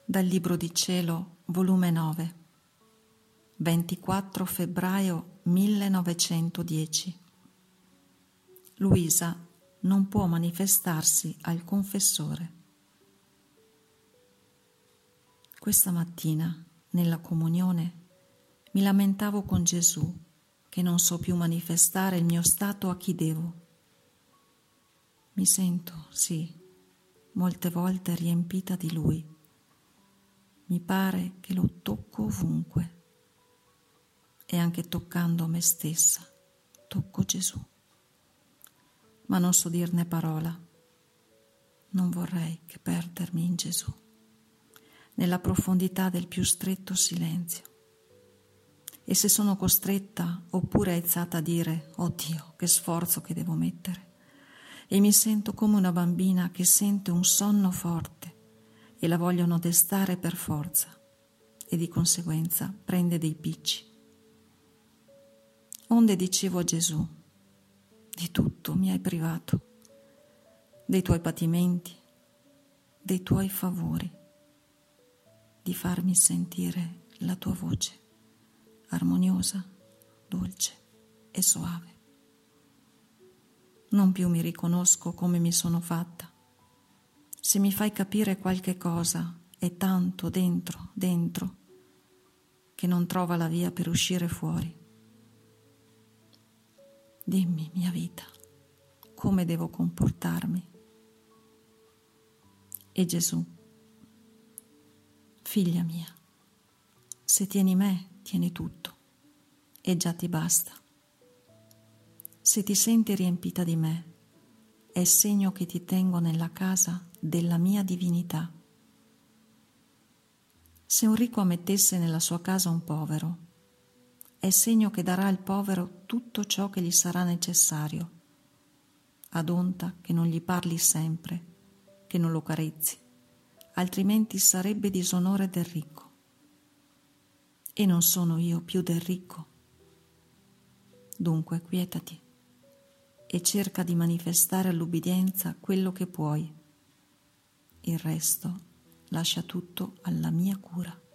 Dal Libro di Cielo, volume 9, 24 febbraio 1910. Luisa non può manifestarsi al confessore. Questa mattina, nella comunione, mi lamentavo con Gesù che non so più manifestare il mio stato a chi devo. Mi sento, sì, molte volte riempita di Lui. Mi pare che lo tocco ovunque e anche toccando me stessa tocco Gesù. Ma non so dirne parola. Non vorrei che perdermi in Gesù, nella profondità del più stretto silenzio. E se sono costretta oppure aizzata a dire «Oh Dio, che sforzo che devo mettere!» e mi sento come una bambina che sente un sonno forte e la vogliono destare per forza e di conseguenza prende dei picci. Onde dicevo a Gesù, di tutto mi hai privato, dei tuoi patimenti, dei tuoi favori, di farmi sentire la tua voce, armoniosa, dolce e soave. Non più mi riconosco come mi sono fatta. Se mi fai capire qualche cosa, è tanto dentro, che non trova la via per uscire fuori. Dimmi, mia vita, come devo comportarmi? E Gesù, figlia mia, se tieni me, tieni tutto, e già ti basta. Se ti senti riempita di me, è segno che ti tengo nella casa della mia divinità. Se un ricco ammettesse nella sua casa un povero, è segno che darà al povero tutto ciò che gli sarà necessario, ad onta che non gli parli sempre, che non lo carezzi, altrimenti sarebbe disonore del ricco. E non sono io più del ricco. Dunque quietati e cerca di manifestare all'ubbidienza quello che puoi. Il resto lascia tutto alla mia cura.